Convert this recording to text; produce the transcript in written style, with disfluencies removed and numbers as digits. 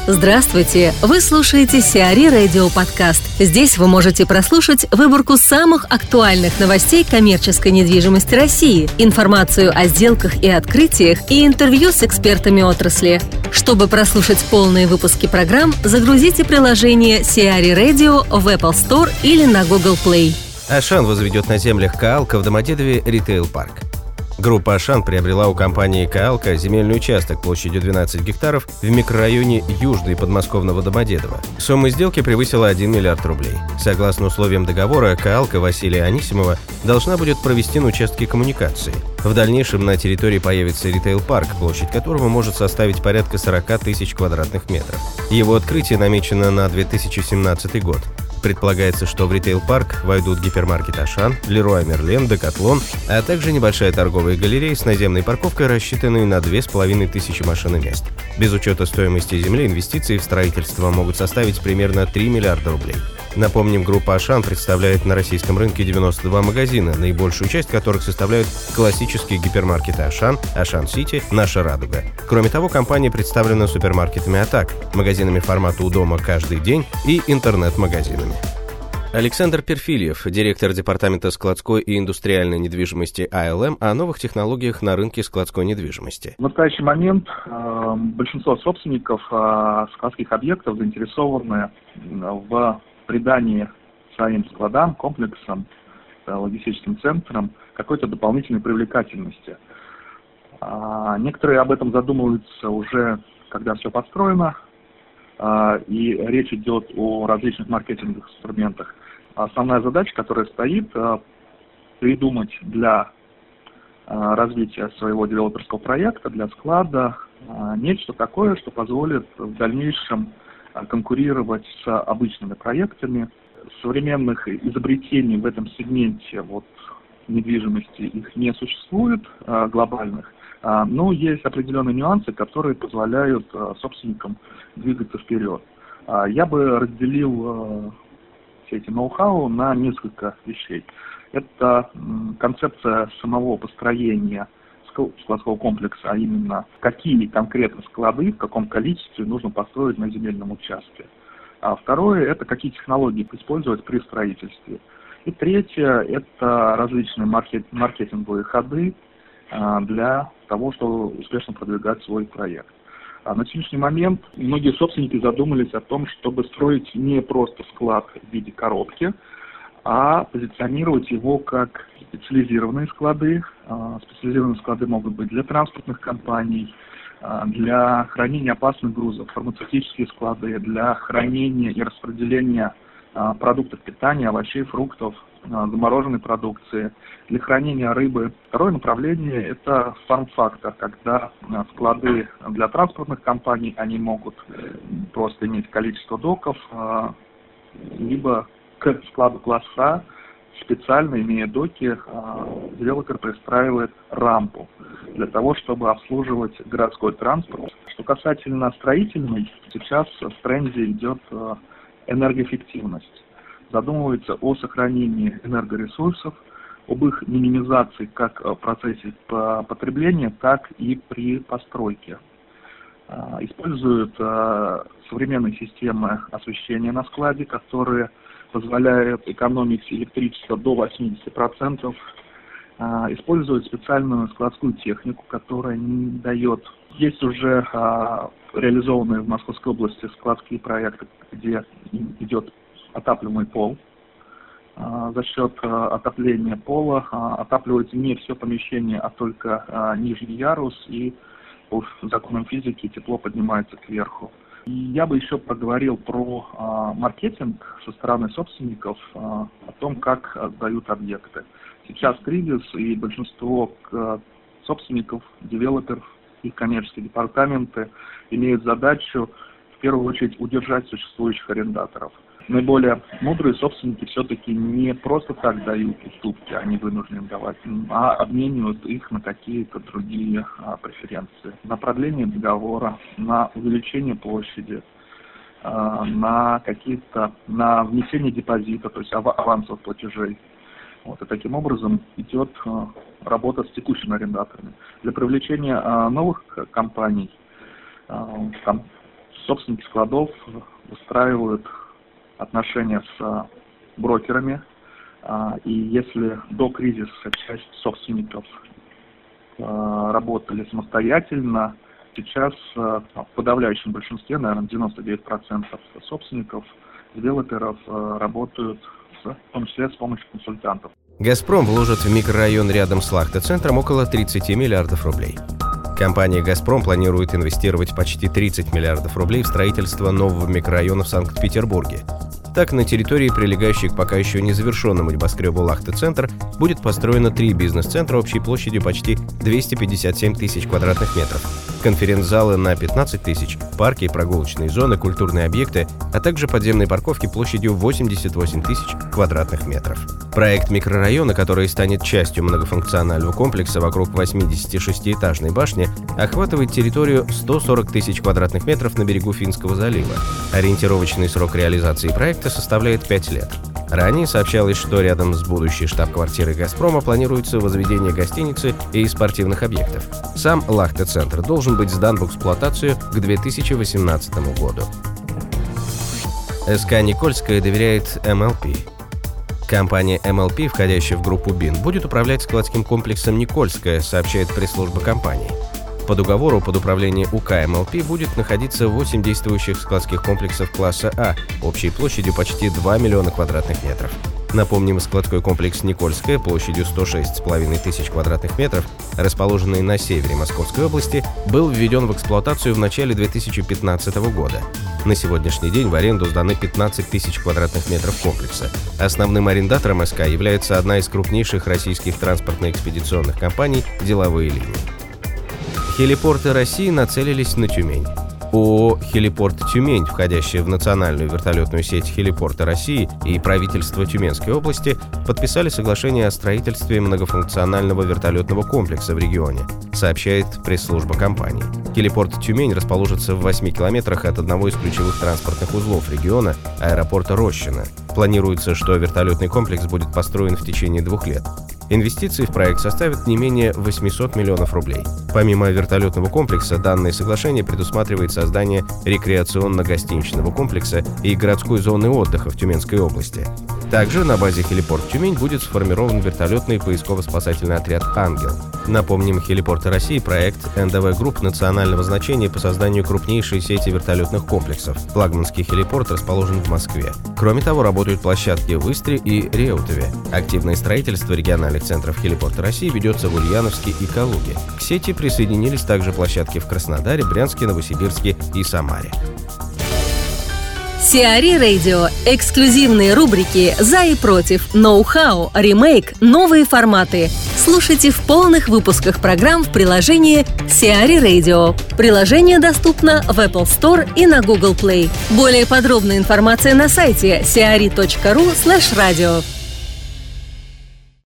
Здравствуйте! Вы слушаете Сиари Радио Подкаст. Здесь вы можете прослушать выборку самых актуальных новостей коммерческой недвижимости России, информацию о сделках и открытиях и интервью с экспертами отрасли. Чтобы прослушать полные выпуски программ, загрузите приложение Сиари Radio в Apple Store или на Google Play. Ашан возведет на землях Каалка в Домодедове ритейл-парк. Группа «Ашан» приобрела у компании «Каалка» земельный участок площадью 12 гектаров в микрорайоне Южный подмосковного Домодедово. Сумма сделки превысила 1 миллиард рублей. Согласно условиям договора, «Каалка» Василия Анисимова должна будет провести на участке коммуникации. В дальнейшем на территории появится ритейл-парк, площадь которого может составить порядка 40 тысяч квадратных метров. Его открытие намечено на 2017 год. Предполагается, что в ритейл-парк войдут гипермаркет «Ашан», Леруа Мерлен, Декатлон, а также небольшая торговая галерея с наземной парковкой, рассчитанной на 2500 машин и мест. Без учета стоимости земли, инвестиции в строительство могут составить примерно 3 миллиарда рублей. Напомним, группа «Ашан» представляет на российском рынке 92 магазина, наибольшую часть которых составляют классические гипермаркеты «Ашан», «Ашан-Сити», «Наша Радуга». Кроме того, компания представлена супермаркетами «Атак», магазинами формата «У дома каждый день» и интернет-магазинами. Александр Перфильев, директор департамента складской и индустриальной недвижимости АЛМ, о новых технологиях на рынке складской недвижимости. В настоящий момент большинство собственников складских объектов заинтересованы в придании своим складам, комплексам, логистическим центрам какой-то дополнительной привлекательности. Некоторые об этом задумываются уже, когда все построено, и речь идет о различных маркетинговых инструментах. Основная задача, которая стоит, придумать для развития своего девелоперского проекта, для склада, нечто такое, что позволит в дальнейшем конкурировать с обычными проектами. Современных изобретений в этом сегменте недвижимости их не существует, глобальных, но есть определенные нюансы, которые позволяют собственникам двигаться вперед. Я бы разделил все эти ноу-хау на несколько вещей. Это концепция самого построения складского комплекса, а именно какие конкретно склады, в каком количестве нужно построить на земельном участке. А второе – это какие технологии использовать при строительстве. И третье – это различные маркетинговые ходы для того, чтобы успешно продвигать свой проект. На сегодняшний момент многие собственники задумались о том, чтобы строить не просто склад в виде коробки, а позиционировать его как специализированные склады. Специализированные склады могут быть для транспортных компаний, для хранения опасных грузов, фармацевтические склады, для хранения и распределения продуктов питания, овощей, фруктов, замороженной продукции, для хранения рыбы. Второе направление – это форм-фактор, когда склады для транспортных компаний, они могут просто иметь количество доков, либо к складу класса специально, имея доки, девелопер пристраивает рампу для того, чтобы обслуживать городской транспорт. Что касательно строительной, сейчас в тренде идет энергоэффективность. Задумывается о сохранении энергоресурсов, об их минимизации как в процессе потребления, так и при постройке. Используют современные системы освещения на складе, которые позволяют экономить электричество до 80%. Используют специальную складскую технику, которая не дает. Есть уже реализованные в Московской области складские проекты, где идет отапливаемый пол. За счет отопления пола отапливается не все помещение, а только нижний ярус, и по законам физики тепло поднимается кверху. И я бы еще поговорил про маркетинг со стороны собственников, о том, как сдают объекты. Сейчас кризис, и большинство собственников, девелоперов и коммерческие департаменты имеют задачу в первую очередь удержать существующих арендаторов. Наиболее мудрые собственники все-таки не просто так дают уступки, они вынуждены давать, а обменивают их на какие-то другие преференции. На продление договора, на увеличение площади, на внесение депозита, то есть авансовых платежей. И таким образом идет работа с текущими арендаторами. Для привлечения новых компаний собственники складов устраивают отношения с брокерами, и если до кризиса часть собственников работали самостоятельно, сейчас в подавляющем большинстве, наверное, 99% собственников, девелоперов работают в том числе с помощью консультантов. «Газпром» вложит в микрорайон рядом с Лахта-центром около 30 миллиардов рублей. Компания «Газпром» планирует инвестировать почти 30 миллиардов рублей в строительство нового микрорайона в Санкт-Петербурге. Так, на территории, прилегающей к пока еще незавершенному небоскребу «Лахта-центр», будет построено 3 бизнес-центра общей площадью почти 257 тысяч квадратных метров, конференц-залы на 15 тысяч, парки и прогулочные зоны, культурные объекты, а также подземные парковки площадью 88 тысяч квадратных метров. Проект микрорайона, который станет частью многофункционального комплекса вокруг 86-этажной башни, охватывает территорию 140 тысяч квадратных метров на берегу Финского залива. Ориентировочный срок реализации проекта составляет 5 лет. Ранее сообщалось, что рядом с будущей штаб-квартирой «Газпрома» планируется возведение гостиницы и спортивных объектов. Сам Лахта-центр должен быть сдан в эксплуатацию к 2018 году. СК «Никольская» доверяет МЛП. Компания МЛП, входящая в группу БИН, будет управлять складским комплексом «Никольская», сообщает пресс-служба компании. По договору под управлением УК МЛП будет находиться 8 действующих складских комплексов класса А общей площадью почти 2 миллиона квадратных метров. Напомним, складской комплекс «Никольская» площадью 106,5 тысяч квадратных метров, расположенный на севере Московской области, был введен в эксплуатацию в начале 2015 года. На сегодняшний день в аренду сданы 15 тысяч квадратных метров комплекса. Основным арендатором СК является одна из крупнейших российских транспортно-экспедиционных компаний «Деловые линии». Хелипорты России нацелились на Тюмень. ООО «Хелипорт Тюмень», входящее в национальную вертолетную сеть «Хелипорты России», и правительство Тюменской области подписали соглашение о строительстве многофункционального вертолетного комплекса в регионе, сообщает пресс-служба компании. Хелипорт Тюмень расположится в 8 километрах от одного из ключевых транспортных узлов региона – аэропорта Рощино. Планируется, что вертолетный комплекс будет построен в течение 2 лет. Инвестиции в проект составят не менее 800 миллионов рублей. Помимо вертолетного комплекса, данное соглашение предусматривает создание рекреационно-гостиничного комплекса и городской зоны отдыха в Тюменской области. Также на базе «Хелипорт Тюмень» будет сформирован вертолетный поисково-спасательный отряд «Ангел». Напомним, «Хелипорты России» – проект НДВ Групп национального значения по созданию крупнейшей сети вертолетных комплексов. Флагманский хелипорт расположен в Москве. Кроме того, работают площадки в Истре и Реутове. Активное строительство региональных центров «Хелипорты России» ведется в Ульяновске и Калуге. К сети присоединились также площадки в Краснодаре, Брянске, Новосибирске и Самаре. Сиари Радио. Эксклюзивные рубрики «За и против», «Ноу-хау», «Ремейк», «Новые форматы». Слушайте в полных выпусках программ в приложении Сиари Radio. Приложение доступно в Apple Store и на Google Play. Более подробная информация на сайте siari.ru/radio.